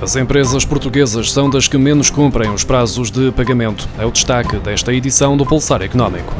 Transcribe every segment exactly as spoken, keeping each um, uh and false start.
As empresas portuguesas são das que menos cumprem os prazos de pagamento. É o destaque desta edição do Pulsar Económico.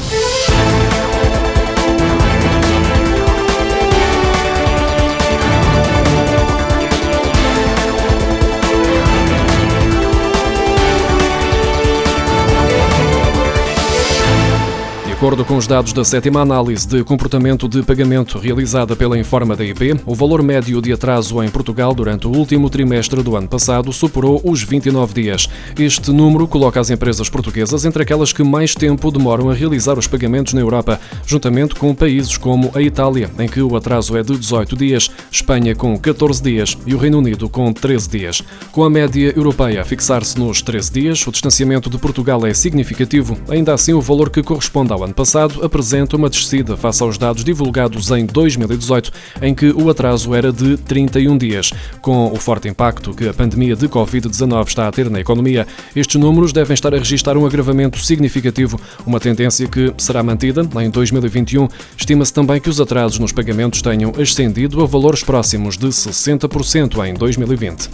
De acordo com os dados da sétima análise de comportamento de pagamento realizada pela Informa da I B, o valor médio de atraso em Portugal durante o último trimestre do ano passado superou os vinte e nove dias. Este número coloca as empresas portuguesas entre aquelas que mais tempo demoram a realizar os pagamentos na Europa, juntamente com países como a Itália, em que o atraso é de dezoito dias, Espanha com catorze dias e o Reino Unido com treze dias. Com a média europeia a fixar-se nos treze dias, o distanciamento de Portugal é significativo, ainda assim o valor que corresponde ao ano passado apresenta uma descida face aos dados divulgados em dois mil e dezoito, em que o atraso era de trinta e um dias. Com o forte impacto que a pandemia de covid dezanove está a ter na economia, estes números devem estar a registrar um agravamento significativo, uma tendência que será mantida em dois mil e vinte e um. Estima-se também que os atrasos nos pagamentos tenham ascendido a valores próximos de sessenta por cento em dois mil e vinte.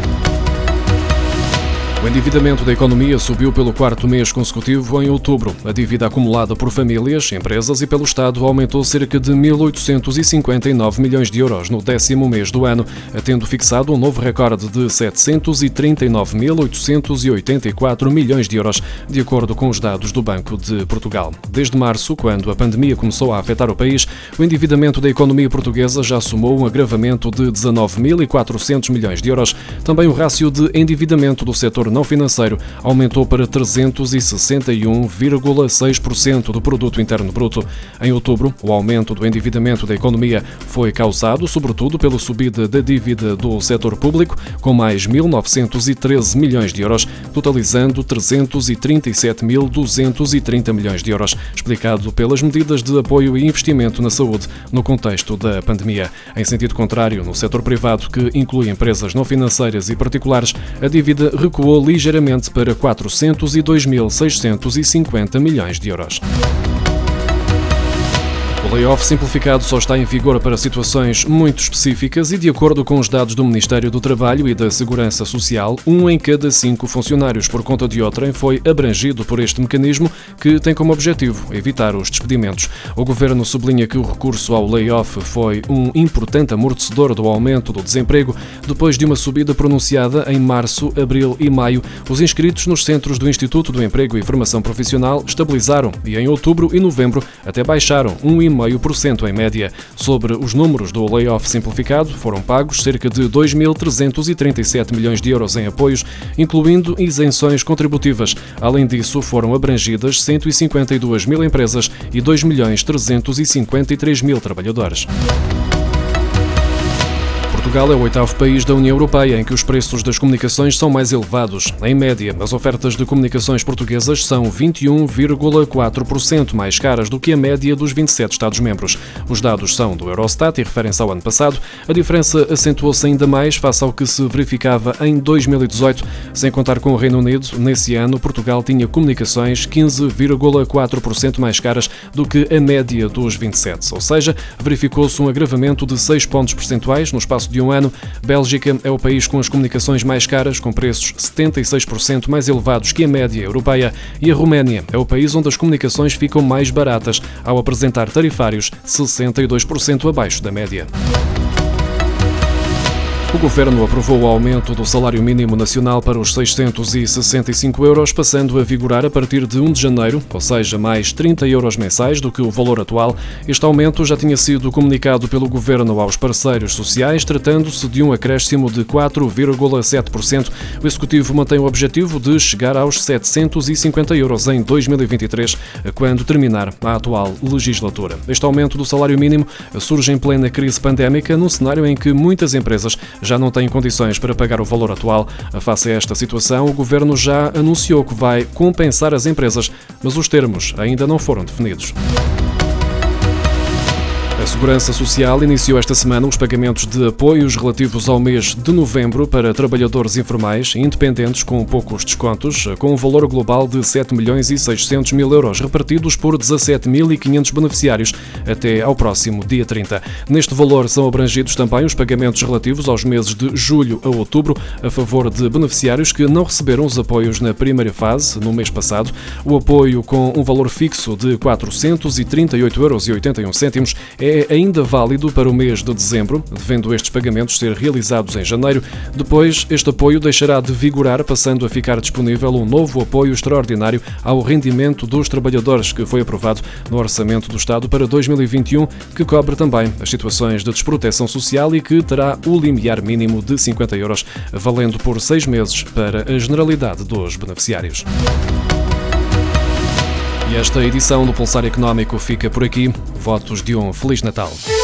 O endividamento da economia subiu pelo quarto mês consecutivo em outubro. A dívida acumulada por famílias, empresas e pelo Estado aumentou cerca de mil oitocentos e cinquenta e nove milhões de euros no décimo mês do ano, tendo fixado um novo recorde de setecentos e trinta e nove mil oitocentos e oitenta e quatro milhões de euros, de acordo com os dados do Banco de Portugal. Desde março, quando a pandemia começou a afetar o país, o endividamento da economia portuguesa já somou um agravamento de dezanove mil e quatrocentos milhões de euros. Também o rácio de endividamento do setor não financeiro aumentou para trezentos e sessenta e um vírgula seis por cento do produto interno bruto. Em outubro, o aumento do endividamento da economia foi causado sobretudo pela subida da dívida do setor público, com mais mil novecentos e treze milhões de euros, totalizando trezentos e trinta e sete mil duzentos e trinta milhões de euros, explicado pelas medidas de apoio e investimento na saúde no contexto da pandemia. Em sentido contrário, no setor privado, que inclui empresas não financeiras e particulares, a dívida recuou ligeiramente para quatrocentos e dois mil seiscentos e cinquenta milhões de euros. O layoff simplificado só está em vigor para situações muito específicas e, de acordo com os dados do Ministério do Trabalho e da Segurança Social, um em cada cinco funcionários por conta de outrem foi abrangido por este mecanismo, que tem como objetivo evitar os despedimentos. O Governo sublinha que o recurso ao layoff foi um importante amortecedor do aumento do desemprego. Depois de uma subida pronunciada em março, abril e maio, os inscritos nos centros do Instituto do Emprego e Formação Profissional estabilizaram e, em outubro e novembro, até baixaram um vírgula cinco por cento em média. Sobre os números do layoff simplificado, foram pagos cerca de dois mil trezentos e trinta e sete milhões de euros em apoios, incluindo isenções contributivas. Além disso, foram abrangidas cento e cinquenta e duas mil empresas e dois milhões trezentos e cinquenta e três mil trabalhadores. Portugal é o oitavo país da União Europeia em que os preços das comunicações são mais elevados. Em média, as ofertas de comunicações portuguesas são vinte e um vírgula quatro por cento mais caras do que a média dos vinte e sete Estados-membros. Os dados são do Eurostat e referem-se ao ano passado. A diferença acentuou-se ainda mais face ao que se verificava em dois mil e dezoito. Sem contar com o Reino Unido, nesse ano, Portugal tinha comunicações quinze vírgula quatro por cento mais caras do que a média dos vinte e sete. Ou seja, verificou-se um agravamento de seis pontos percentuais no espaço de um ano. Bélgica é o país com as comunicações mais caras, com preços setenta e seis por cento mais elevados que a média europeia, e a Roménia é o país onde as comunicações ficam mais baratas, ao apresentar tarifários sessenta e dois por cento abaixo da média. O Governo aprovou o aumento do salário mínimo nacional para os seiscentos e sessenta e cinco euros, passando a vigorar a partir de um de janeiro, ou seja, mais trinta euros mensais do que o valor atual. Este aumento já tinha sido comunicado pelo Governo aos parceiros sociais, tratando-se de um acréscimo de quatro vírgula sete por cento. O Executivo mantém o objetivo de chegar aos setecentos e cinquenta euros em dois mil e vinte e três, quando terminar a atual legislatura. Este aumento do salário mínimo surge em plena crise pandémica, num cenário em que muitas empresas já não têm condições para pagar o valor atual. Face a esta situação, o Governo já anunciou que vai compensar as empresas, mas os termos ainda não foram definidos. A Segurança Social iniciou esta semana os pagamentos de apoios relativos ao mês de novembro para trabalhadores informais e independentes com poucos descontos, com um valor global de sete milhões e seiscentos mil euros, repartidos por dezassete mil e quinhentos beneficiários até ao próximo dia trinta. Neste valor são abrangidos também os pagamentos relativos aos meses de julho a outubro, a favor de beneficiários que não receberam os apoios na primeira fase, no mês passado. O apoio com um valor fixo de quatrocentos e trinta e oito euros e oitenta e um cêntimos é é ainda válido para o mês de dezembro, devendo estes pagamentos ser realizados em janeiro. Depois, este apoio deixará de vigorar, passando a ficar disponível um novo apoio extraordinário ao rendimento dos trabalhadores, que foi aprovado no Orçamento do Estado para dois mil e vinte e um, que cobre também as situações de desproteção social e que terá o limiar mínimo de cinquenta euros, valendo por seis meses para a generalidade dos beneficiários. E esta edição do Pulsar Económico fica por aqui. Votos de um Feliz Natal.